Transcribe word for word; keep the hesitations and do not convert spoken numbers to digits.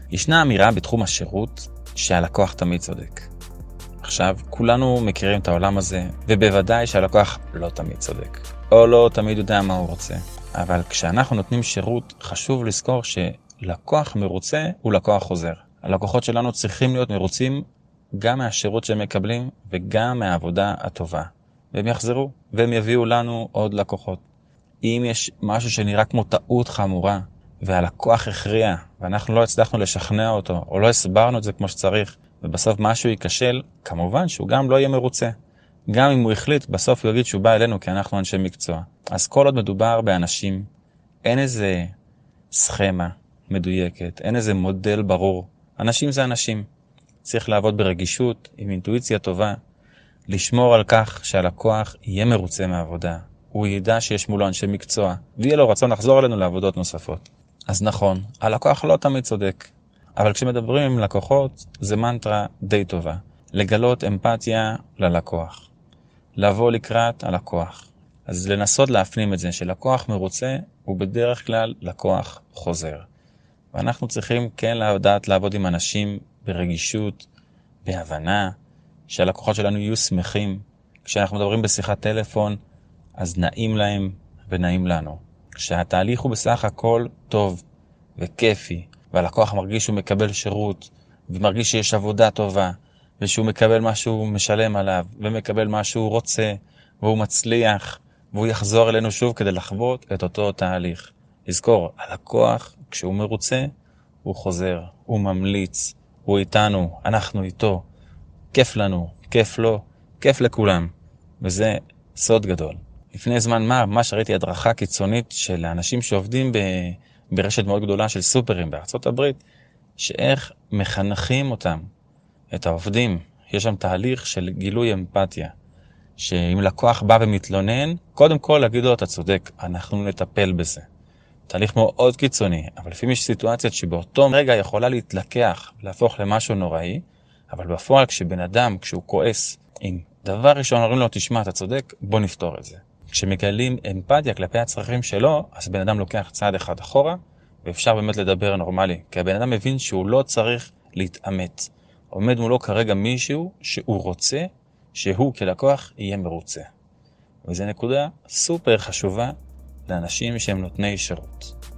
ישנה אמירה בתחום השירות שהלקוח תמיד צודק. עכשיו, כולנו מכירים את העולם הזה, ובוודאי שהלקוח לא תמיד צודק, או לא תמיד יודע מה הוא רוצה. אבל כשאנחנו נותנים שירות, חשוב לזכור שלקוח מרוצה הוא לקוח חוזר. הלקוחות שלנו צריכים להיות מרוצים גם מהשירות שהם מקבלים, וגם מהעבודה הטובה. והם יחזרו, והם יביאו לנו עוד לקוחות. אם יש משהו שנראה כמו טעות חמורה, והלקוח הכריע, ואנחנו לא הצלחנו לשכנע אותו, או לא הסברנו את זה כמו שצריך, ובסוף משהו ייכשל, כמובן שהוא גם לא יהיה מרוצה. גם אם הוא החליט, בסוף הוא יגיד שהוא בא אלינו, כי אנחנו אנשי מקצוע. אז כל עוד מדובר באנשים, אין איזה סכמה מדויקת, אין איזה מודל ברור. אנשים זה אנשים. צריך לעבוד ברגישות, עם אינטואיציה טובה, לשמור על כך שהלקוח יהיה מרוצה מהעבודה. הוא ידע שיש מולו אנשי מקצוע, ויהיה לו רצון לחזור אלינו לעבודות נוספות. אז נכון, הלקוח לא תמיד צודק. אבל כשמדברים עם לקוחות, זה מנטרה די טובה. לגלות אמפתיה ללקוח. לבוא לקראת הלקוח. אז לנסות להפנים את זה, שלקוח מרוצה הוא בדרך כלל לקוח חוזר. ואנחנו צריכים כן לדעת לעבוד עם אנשים ברגישות, בהבנה, שהלקוחות שלנו יהיו שמחים. כשאנחנו מדברים בשיחת טלפון, אז נעים להם ונעים לנו. כשהתהליך הוא בסך הכל טוב וכיפי, והלקוח מרגיש שהוא מקבל שירות, ומרגיש שיש עבודה טובה, ושהוא מקבל מה שהוא משלם עליו, ומקבל מה שהוא רוצה, והוא מצליח, והוא יחזור אלינו שוב כדי לחוות את אותו תהליך. לזכור, הלקוח, כשהוא מרוצה, הוא חוזר, הוא ממליץ, הוא איתנו, אנחנו איתו. כיף לנו, כיף לו, כיף לכולם. וזה סוד גדול. לפני זמן מה, ממש ראיתי הדרכה קיצונית של האנשים שעובדים ב... ברשת מאוד גדולה של סופרים בארצות הברית, שאיך מחנכים אותם, את העובדים. יש שם תהליך של גילוי אמפתיה, שאם לקוח בא ומתלונן, קודם כל להגיד לו, אתה צודק, אנחנו נטפל בזה. תהליך מאוד קיצוני, אבל לפעמים יש סיטואציות שבאותו רגע יכולה להתלקח, להפוך למשהו נוראי, אבל בפועל כשבן אדם, כשהוא כועס, אם דבר ראשון אומרים לו, תשמע, אתה צודק, בוא נפתור את זה. כשמגלים אמפתיה כלפי הצרכים שלו, אז בן אדם לוקח צעד אחד אחורה, ואפשר באמת לדבר נורמלי. כי הבן אדם מבין שהוא לא צריך להתאמץ. עומד מולו כרגע מישהו שהוא רוצה, שהוא כלקוח יהיה מרוצה. וזו נקודה סופר חשובה לאנשים שהם נותני שירות.